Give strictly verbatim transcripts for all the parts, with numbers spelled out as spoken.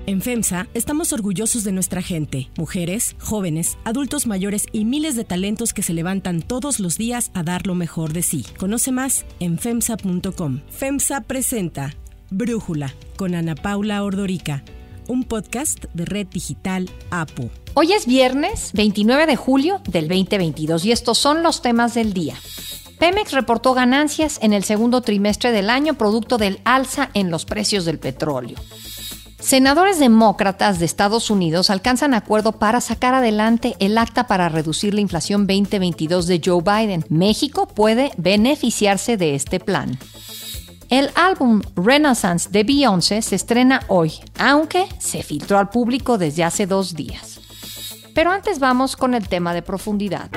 En FEMSA estamos orgullosos de nuestra gente, mujeres, jóvenes, adultos mayores y miles de talentos que se levantan todos los días a dar lo mejor de sí. Conoce más en femsa punto com. FEMSA presenta Brújula con Ana Paula Ordorica, un podcast de Red Digital APO. Hoy es viernes veintinueve de julio del veinte veintidós y estos son los temas del día. Pemex reportó ganancias en el segundo trimestre del año producto del alza en los precios del petróleo. Senadores demócratas de Estados Unidos alcanzan acuerdo para sacar adelante el acta para reducir la inflación veinte veintidós de Joe Biden. México puede beneficiarse de este plan. El álbum Renaissance de Beyoncé se estrena hoy, aunque se filtró al público desde hace dos días. Pero antes vamos con el tema de profundidad.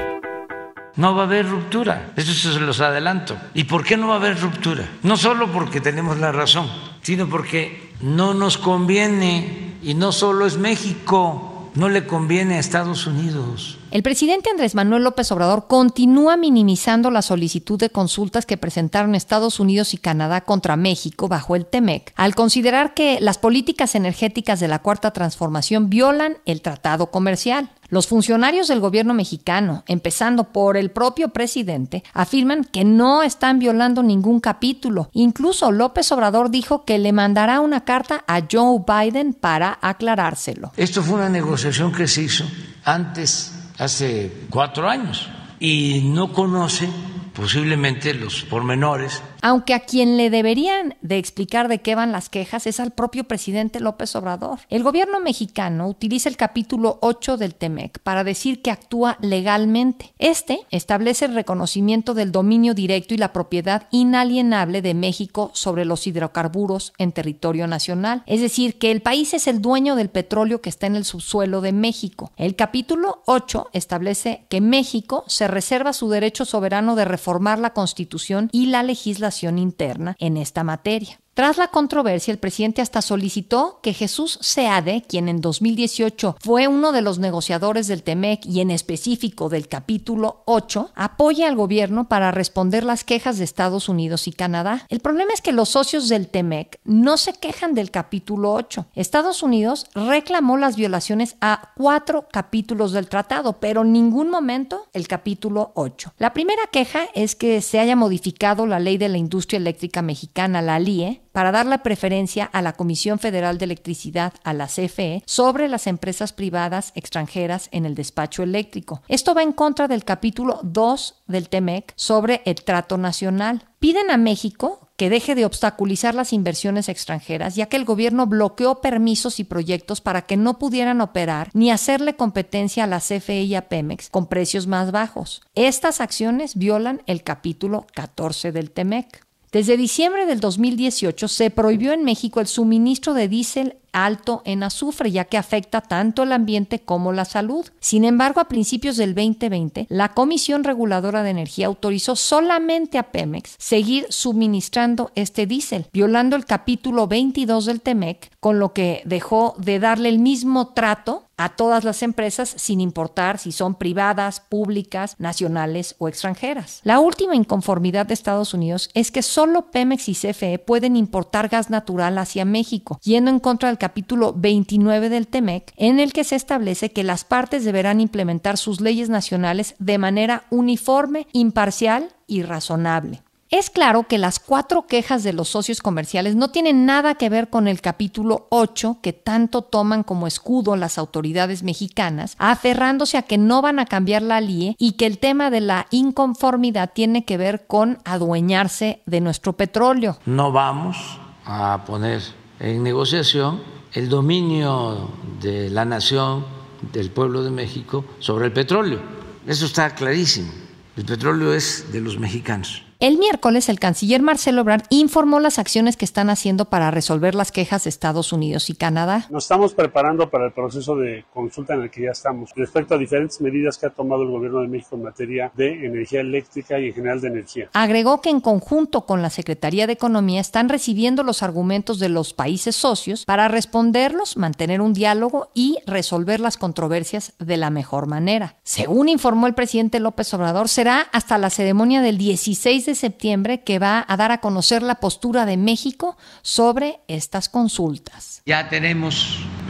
No va a haber ruptura, eso se los adelanto. ¿Y por qué no va a haber ruptura? No solo porque tenemos la razón, sino porque no nos conviene, y no solo es México, no le conviene a Estados Unidos. El presidente Andrés Manuel López Obrador continúa minimizando la solicitud de consultas que presentaron Estados Unidos y Canadá contra México bajo el TEMEC, al considerar que las políticas energéticas de la Cuarta Transformación violan el tratado comercial. Los funcionarios del gobierno mexicano, empezando por el propio presidente, afirman que no están violando ningún capítulo. Incluso López Obrador dijo que le mandará una carta a Joe Biden para aclarárselo. Esto fue una negociación que se hizo antes, hace cuatro años, y no conoce posiblemente los pormenores. Aunque a quien le deberían de explicar de qué van las quejas es al propio presidente López Obrador. El gobierno mexicano utiliza el capítulo ocho del TEMEC para decir que actúa legalmente. Este establece el reconocimiento del dominio directo y la propiedad inalienable de México sobre los hidrocarburos en territorio nacional. Es decir, que el país es el dueño del petróleo que está en el subsuelo de México. El capítulo ocho establece que México se reserva su derecho soberano de reformar la Constitución y la legislación interna en esta materia. Tras la controversia, el presidente hasta solicitó que Jesús Seade, quien en dos mil dieciocho fue uno de los negociadores del TEMEC y en específico del capítulo ocho, apoye al gobierno para responder las quejas de Estados Unidos y Canadá. El problema es que los socios del TEMEC no se quejan del capítulo ocho. Estados Unidos reclamó las violaciones a cuatro capítulos del tratado, pero en ningún momento el capítulo ocho. La primera queja es que se haya modificado la ley de la industria eléctrica mexicana, la L I E, para dar la preferencia a la Comisión Federal de Electricidad, a la C F E, sobre las empresas privadas extranjeras en el despacho eléctrico. Esto va en contra del capítulo dos del TEMEC sobre el trato nacional. Piden a México que deje de obstaculizar las inversiones extranjeras, ya que el gobierno bloqueó permisos y proyectos para que no pudieran operar ni hacerle competencia a la C F E y a Pemex con precios más bajos. Estas acciones violan el capítulo catorce del TEMEC. Desde diciembre del dos mil dieciocho se prohibió en México el suministro de diésel alto en azufre, ya que afecta tanto el ambiente como la salud. Sin embargo, a principios del veinte veinte, la Comisión Reguladora de Energía autorizó solamente a Pemex seguir suministrando este diésel, violando el capítulo veintidós del TEMEC, con lo que dejó de darle el mismo trato a todas las empresas sin importar si son privadas, públicas, nacionales o extranjeras. La última inconformidad de Estados Unidos es que solo Pemex y C F E pueden importar gas natural hacia México, yendo en contra del capítulo veintinueve del TEMEC, en el que se establece que las partes deberán implementar sus leyes nacionales de manera uniforme, imparcial y razonable. Es claro que las cuatro quejas de los socios comerciales no tienen nada que ver con el capítulo ocho que tanto toman como escudo las autoridades mexicanas, aferrándose a que no van a cambiar la L I E y que el tema de la inconformidad tiene que ver con adueñarse de nuestro petróleo. No vamos a poner en negociación el dominio de la nación, del pueblo de México sobre el petróleo. Eso está clarísimo. El petróleo es de los mexicanos. El miércoles, el canciller Marcelo Ebrard informó las acciones que están haciendo para resolver las quejas de Estados Unidos y Canadá. Nos estamos preparando para el proceso de consulta en el que ya estamos, respecto a diferentes medidas que ha tomado el gobierno de México en materia de energía eléctrica y en general de energía. Agregó que en conjunto con la Secretaría de Economía están recibiendo los argumentos de los países socios para responderlos, mantener un diálogo y resolver las controversias de la mejor manera. Según informó el presidente López Obrador, será hasta la ceremonia del dieciséis de septiembre que va a dar a conocer la postura de México sobre estas consultas. Ya tenemos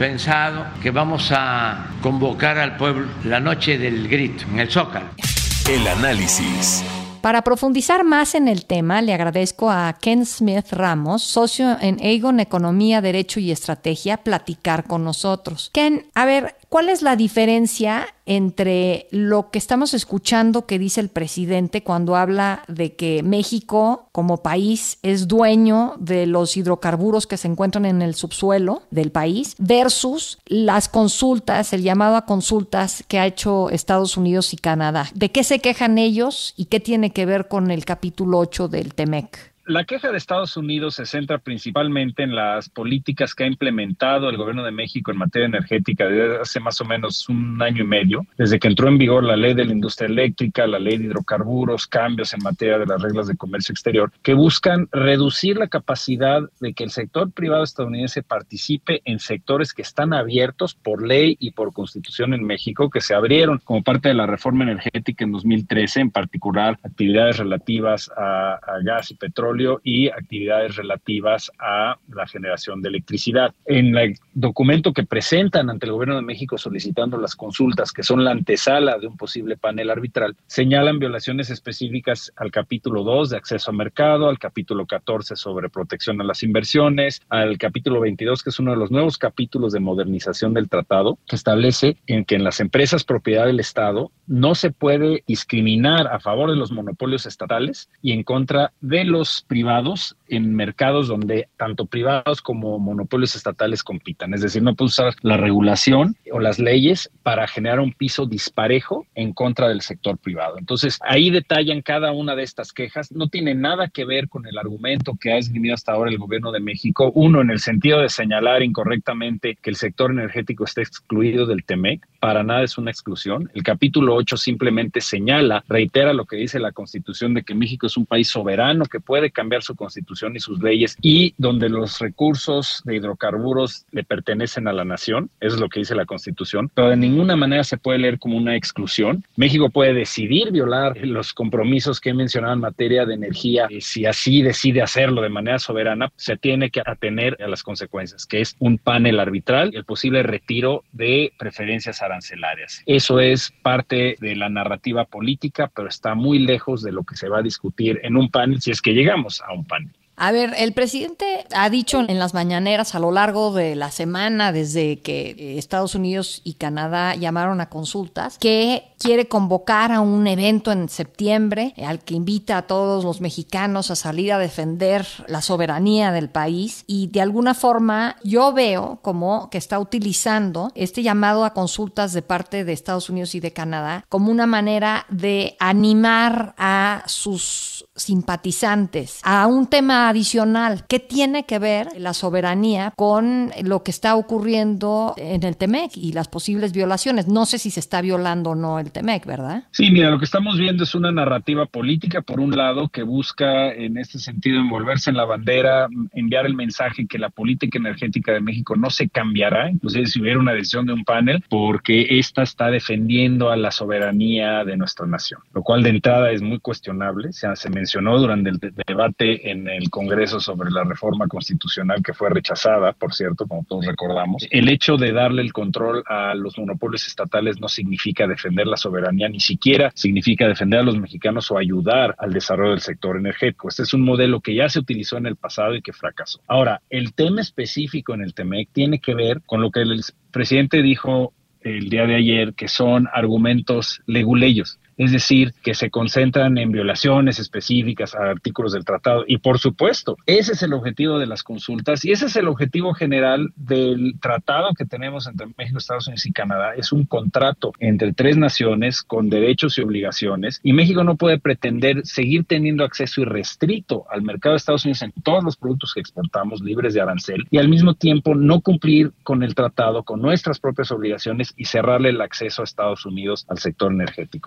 pensado que vamos a convocar al pueblo la noche del grito en el Zócalo. El análisis. Para profundizar más en el tema, le agradezco a Ken Smith Ramos, socio en Aegon Economía, Derecho y Estrategia, platicar con nosotros. Ken, a ver, ¿cuál es la diferencia entre lo que estamos escuchando que dice el presidente cuando habla de que México como país es dueño de los hidrocarburos que se encuentran en el subsuelo del país versus las consultas, el llamado a consultas que ha hecho Estados Unidos y Canadá? ¿De qué se quejan ellos y qué tiene que ver con el capítulo ocho del T M E C? La queja de Estados Unidos se centra principalmente en las políticas que ha implementado el gobierno de México en materia energética desde hace más o menos un año y medio, desde que entró en vigor la ley de la industria eléctrica, la ley de hidrocarburos, cambios en materia de las reglas de comercio exterior, que buscan reducir la capacidad de que el sector privado estadounidense participe en sectores que están abiertos por ley y por constitución en México, que se abrieron como parte de la reforma energética en dos mil trece, en particular actividades relativas a, a gas y petróleo y actividades relativas a la generación de electricidad. En el documento que presentan ante el gobierno de México solicitando las consultas, que son la antesala de un posible panel arbitral, señalan violaciones específicas al capítulo dos de acceso a mercado, al capítulo catorce sobre protección a las inversiones, al capítulo veintidós, que es uno de los nuevos capítulos de modernización del tratado, que establece en que en las empresas propiedad del Estado no se puede discriminar a favor de los monopolios estatales y en contra de los privados en mercados donde tanto privados como monopolios estatales compitan. Es decir, no puede usar la regulación o las leyes para generar un piso disparejo en contra del sector privado. Entonces, ahí detallan cada una de estas quejas. No tiene nada que ver con el argumento que ha esgrimido hasta ahora el gobierno de México. Uno, en el sentido de señalar incorrectamente que el sector energético está excluido del T M E C. Para nada es una exclusión. El capítulo ocho simplemente señala, reitera lo que dice la Constitución de que México es un país soberano que puede cambiar su Constitución y sus leyes y donde los recursos de hidrocarburos le pertenecen a la nación. Eso es lo que dice la Constitución, pero de ninguna manera se puede leer como una exclusión. México puede decidir violar los compromisos que he mencionado en materia de energía y si así decide hacerlo de manera soberana, se tiene que atener a las consecuencias, que es un panel arbitral y el posible retiro de preferencias arancelarias. Eso es parte de la narrativa política, pero está muy lejos de lo que se va a discutir en un panel, si es que llegamos a un panel. A ver, el presidente ha dicho en las mañaneras a lo largo de la semana, desde que Estados Unidos y Canadá llamaron a consultas, que quiere convocar a un evento en septiembre al que invita a todos los mexicanos a salir a defender la soberanía del país y de alguna forma yo veo como que está utilizando este llamado a consultas de parte de Estados Unidos y de Canadá como una manera de animar a sus simpatizantes a un tema adicional. ¿Qué tiene que ver la soberanía con lo que está ocurriendo en el T M E C y las posibles violaciones? No sé si se está violando o no el T M E C, ¿verdad? Sí, mira, lo que estamos viendo es una narrativa política, por un lado, que busca en este sentido envolverse en la bandera, enviar el mensaje que la política energética de México no se cambiará, inclusive si hubiera una decisión de un panel, porque esta está defendiendo a la soberanía de nuestra nación, lo cual de entrada es muy cuestionable. O sea, se mencionó durante el de- debate en el Congreso sobre la reforma constitucional que fue rechazada, por cierto, como todos recordamos. El hecho de darle el control a los monopolios estatales no significa defender la soberanía, ni siquiera significa defender a los mexicanos o ayudar al desarrollo del sector energético. Este es un modelo que ya se utilizó en el pasado y que fracasó. Ahora, el tema específico en el T M E C tiene que ver con lo que el presidente dijo el día de ayer, que son argumentos leguleyos. Es decir, que se concentran en violaciones específicas a artículos del tratado. Y por supuesto, ese es el objetivo de las consultas y ese es el objetivo general del tratado que tenemos entre México, Estados Unidos y Canadá. Es un contrato entre tres naciones con derechos y obligaciones y México no puede pretender seguir teniendo acceso irrestricto al mercado de Estados Unidos en todos los productos que exportamos libres de arancel y al mismo tiempo no cumplir con el tratado, con nuestras propias obligaciones y cerrarle el acceso a Estados Unidos al sector energético. Esta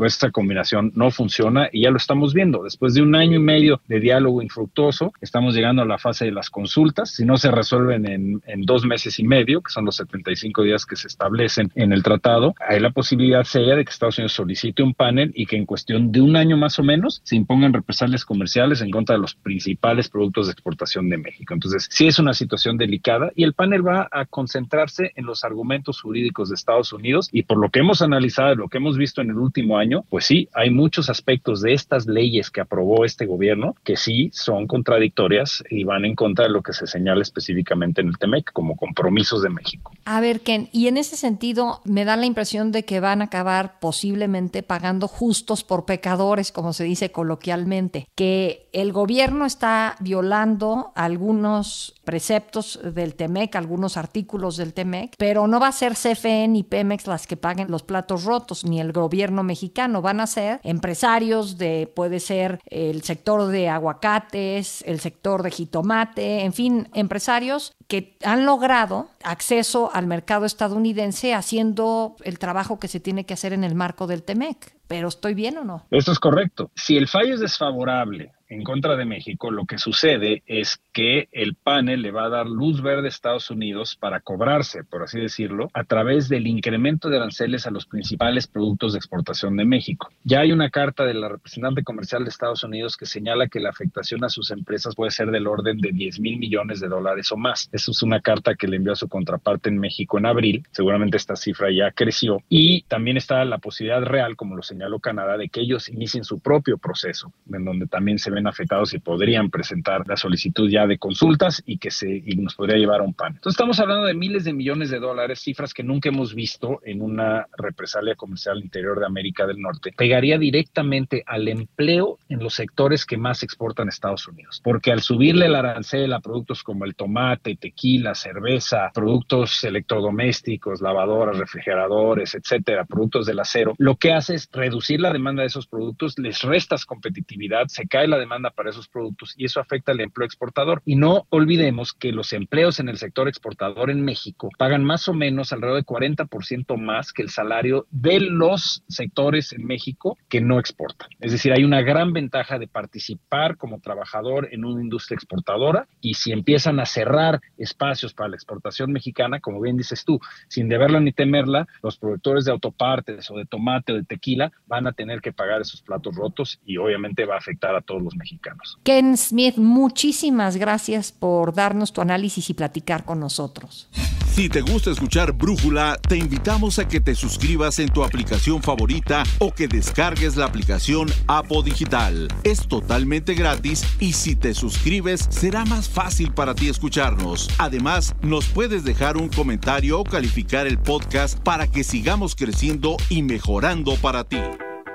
combinación no funciona y ya lo estamos viendo. Después de un año y medio de diálogo infructuoso, estamos llegando a la fase de las consultas. Si no se resuelven en, en dos meses y medio, que son los setenta y cinco días que se establecen en el tratado, hay la posibilidad seria de que Estados Unidos solicite un panel y que en cuestión de un año más o menos se impongan represalias comerciales en contra de los principales productos de exportación de México. Entonces, sí es una situación delicada y el panel va a concentrarse en los argumentos jurídicos de Estados Unidos y por lo que hemos analizado, lo que hemos visto en el último año, pues sí, hay muchos aspectos de estas leyes que aprobó este gobierno que sí son contradictorias y van en contra de lo que se señala específicamente en el T M E C como compromisos de México. A ver, Ken, y en ese sentido me da la impresión de que van a acabar posiblemente pagando justos por pecadores, como se dice coloquialmente, que el gobierno está violando algunos preceptos del T M E C, algunos artículos del T M E C, pero no va a ser C F E ni Pemex las que paguen los platos rotos, ni el gobierno mexicano, van a ser empresarios de, puede ser el sector de aguacates, el sector de jitomate, en fin, empresarios que han logrado acceso al mercado estadounidense haciendo el trabajo que se tiene que hacer en el marco del T M E C. ¿Pero estoy bien o no? Esto es correcto. Si el fallo es desfavorable en contra de México, lo que sucede es que el panel le va a dar luz verde a Estados Unidos para cobrarse, por así decirlo, a través del incremento de aranceles a los principales productos de exportación de México. Ya hay una carta de la representante comercial de Estados Unidos que señala que la afectación a sus empresas puede ser del orden de diez mil millones de dólares o más. Eso es una carta que le envió a su contraparte en México en abril. Seguramente esta cifra ya creció. Y también está la posibilidad real, como lo señaló Canadá, de que ellos inicien su propio proceso, en donde también se ven afectados y podrían presentar la solicitud ya de consultas y que se y nos podría llevar a un panel. Entonces estamos hablando de miles de millones de dólares, cifras que nunca hemos visto en una represalia comercial al interior de América del Norte. Pegaría directamente al empleo en los sectores que más exportan a Estados Unidos, porque al subirle el arancel a productos como el tomate, tequila, cerveza, productos electrodomésticos, lavadoras, refrigeradores, etcétera, productos del acero, lo que hace es reducir la demanda de esos productos, les restas competitividad, se cae la demanda para esos productos y eso afecta al empleo exportador. Y no olvidemos que los empleos en el sector exportador en México pagan más o menos alrededor de cuarenta por ciento más que el salario de los sectores en México que no exportan. Es decir, hay una gran ventaja de participar como trabajador en una industria exportadora y si empiezan a cerrar espacios para la exportación mexicana, como bien dices tú, sin deberla ni temerla, los productores de autopartes o de tomate o de tequila van a tener que pagar esos platos rotos y obviamente va a afectar a todos los mexicanos. Ken Smith, muchísimas gracias por darnos tu análisis y platicar con nosotros. Si te gusta escuchar Brújula, te invitamos a que te suscribas en tu aplicación favorita o que descargues la aplicación Apo Digital. Es totalmente gratis y si te suscribes será más fácil para ti escucharnos. Además, nos puedes dejar un comentario o calificar el podcast para que sigamos creciendo y mejorando para ti.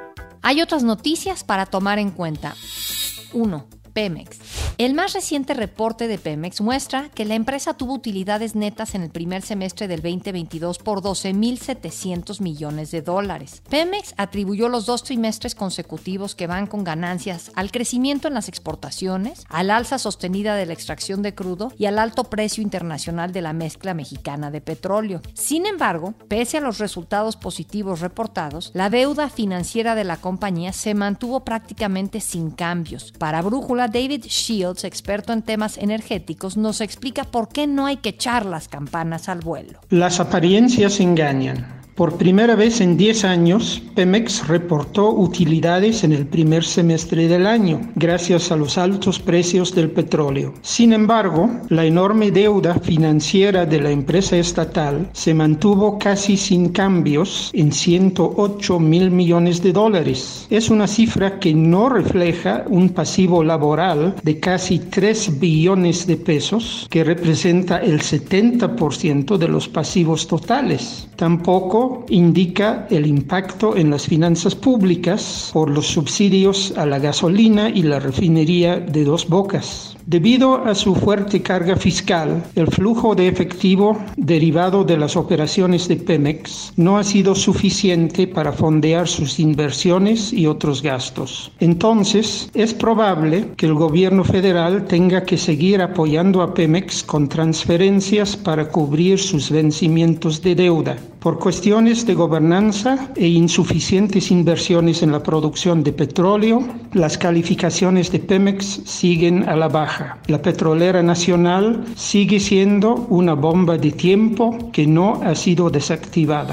Hay otras noticias para tomar en cuenta. uno. Pemex. El más reciente reporte de Pemex muestra que la empresa tuvo utilidades netas en el primer semestre del veinte veintidós por doce mil setecientos millones de dólares. Pemex atribuyó los dos trimestres consecutivos que van con ganancias al crecimiento en las exportaciones, al alza sostenida de la extracción de crudo y al alto precio internacional de la mezcla mexicana de petróleo. Sin embargo, pese a los resultados positivos reportados, la deuda financiera de la compañía se mantuvo prácticamente sin cambios. Para Brújula, David Shields, experto en temas energéticos, nos explica por qué no hay que echar las campanas al vuelo. Las apariencias engañan. Por primera vez en diez años, Pemex reportó utilidades en el primer semestre del año, gracias a los altos precios del petróleo. Sin embargo, la enorme deuda financiera de la empresa estatal se mantuvo casi sin cambios en ciento ocho mil millones de dólares. Es una cifra que no refleja un pasivo laboral de casi tres billones de pesos, que representa el setenta por ciento de los pasivos totales. Tampoco indica el impacto en las finanzas públicas por los subsidios a la gasolina y la refinería de Dos Bocas. Debido a su fuerte carga fiscal, el flujo de efectivo derivado de las operaciones de Pemex no ha sido suficiente para fondear sus inversiones y otros gastos. Entonces, es probable que el gobierno federal tenga que seguir apoyando a Pemex con transferencias para cubrir sus vencimientos de deuda. Por cuestiones de gobernanza e insuficientes inversiones en la producción de petróleo, las calificaciones de Pemex siguen a la baja. La petrolera nacional sigue siendo una bomba de tiempo que no ha sido desactivada.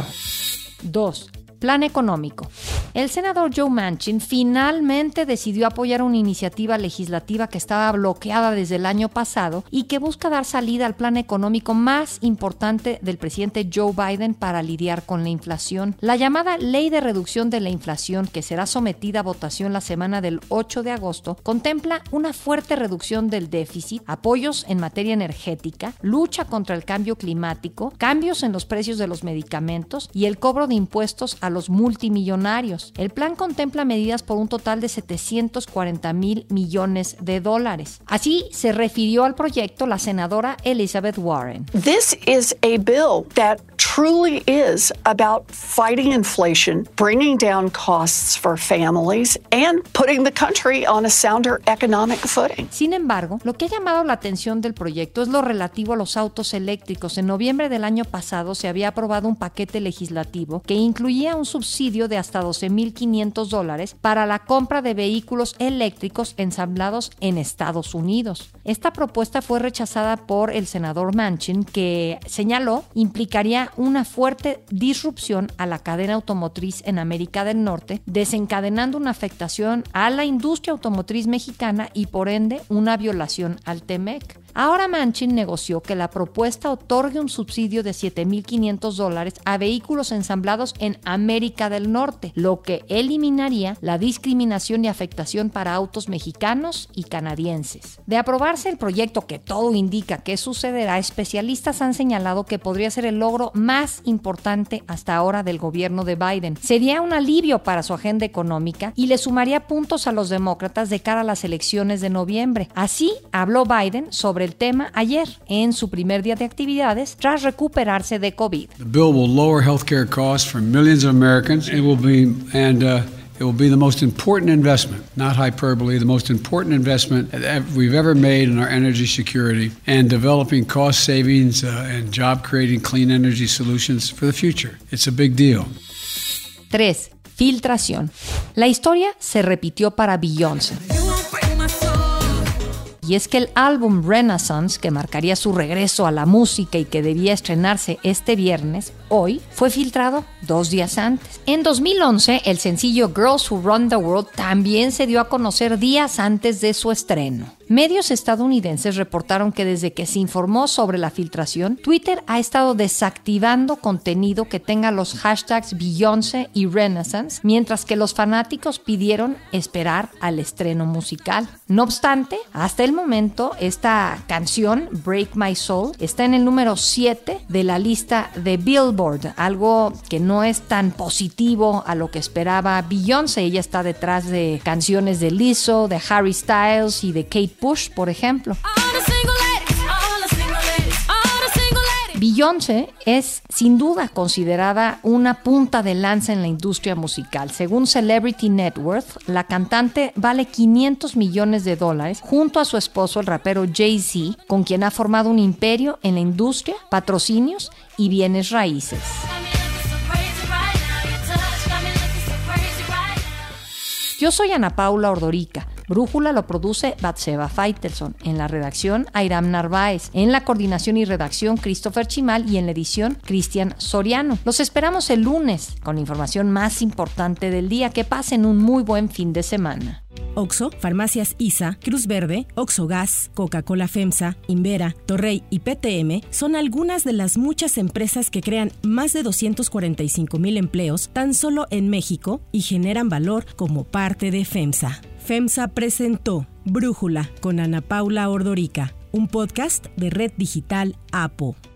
dos. Plan económico. El senador Joe Manchin finalmente decidió apoyar una iniciativa legislativa que estaba bloqueada desde el año pasado y que busca dar salida al plan económico más importante del presidente Joe Biden para lidiar con la inflación. La llamada Ley de Reducción de la Inflación, que será sometida a votación la semana del ocho de agosto, contempla una fuerte reducción del déficit, apoyos en materia energética, lucha contra el cambio climático, cambios en los precios de los medicamentos y el cobro de impuestos a los multimillonarios. El plan contempla medidas por un total de setecientos cuarenta mil millones de dólares. Así se refirió al proyecto la senadora Elizabeth Warren. This is a bill that truly is about fighting inflation, bringing down costs for families, and putting the country on a sounder economic footing. Sin embargo, lo que ha llamado la atención del proyecto es lo relativo a los autos eléctricos. En noviembre del año pasado se había aprobado un paquete legislativo que incluía un subsidio de hasta doce mil quinientos dólares para la compra de vehículos eléctricos ensamblados en Estados Unidos. Esta propuesta fue rechazada por el senador Manchin, que señaló implicaría una fuerte disrupción a la cadena automotriz en América del Norte, desencadenando una afectación a la industria automotriz mexicana y por ende una violación al T M E C. Ahora Manchin negoció que la propuesta otorgue un subsidio de siete mil quinientos dólares a vehículos ensamblados en América del Norte, lo que eliminaría la discriminación y afectación para autos mexicanos y canadienses. De aprobarse el proyecto, que todo indica que sucederá, especialistas han señalado que podría ser el logro más importante hasta ahora del gobierno de Biden. Sería un alivio para su agenda económica y le sumaría puntos a los demócratas de cara a las elecciones de noviembre. Así habló Biden sobre el tema ayer, en su primer día de actividades tras recuperarse de COVID. The bill will lower healthcare costs for millions of Americans. It will be and uh, it will be the most important investment, not hyperbole, the most important investment that we've ever made in our energy security and developing cost savings uh, and job-creating clean energy solutions for the future. It's a big deal. tres. Filtración. La historia se repitió para Beyoncé. Y es que el álbum Renaissance, que marcaría su regreso a la música y que debía estrenarse este viernes, hoy, fue filtrado dos días antes. En dos mil once, el sencillo Girls Who Run the World también se dio a conocer días antes de su estreno. Medios estadounidenses reportaron que desde que se informó sobre la filtración, Twitter ha estado desactivando contenido que tenga los hashtags Beyoncé y Renaissance, mientras que los fanáticos pidieron esperar al estreno musical. No obstante, hasta el momento, esta canción, Break My Soul, está en el número siete de la lista de Billboard, algo que no es tan positivo a lo que esperaba Beyoncé. Ella está detrás de canciones de Lizzo, de Harry Styles y de Kate Bush, por ejemplo. Beyoncé es sin duda considerada una punta de lanza en la industria musical. Según Celebrity Net Worth, la cantante vale quinientos millones de dólares junto a su esposo, el rapero Jay-Z, con quien ha formado un imperio en la industria, patrocinios y bienes raíces. Yo soy Ana Paula Ordorica. Brújula lo produce Batseba Faitelson. En la redacción, Airam Narváez. En la coordinación y redacción, Christopher Chimal. Y en la edición, Cristian Soriano. Los esperamos el lunes con la información más importante del día. Que pasen un muy buen fin de semana. Oxxo, Farmacias I S A, Cruz Verde, Oxxo Gas, Coca-Cola FEMSA, Invera, Torrey y P T M son algunas de las muchas empresas que crean más de doscientos cuarenta y cinco mil empleos tan solo en México y generan valor como parte de FEMSA. FEMSA presentó Brújula con Ana Paula Ordorica, un podcast de Red Digital A P O.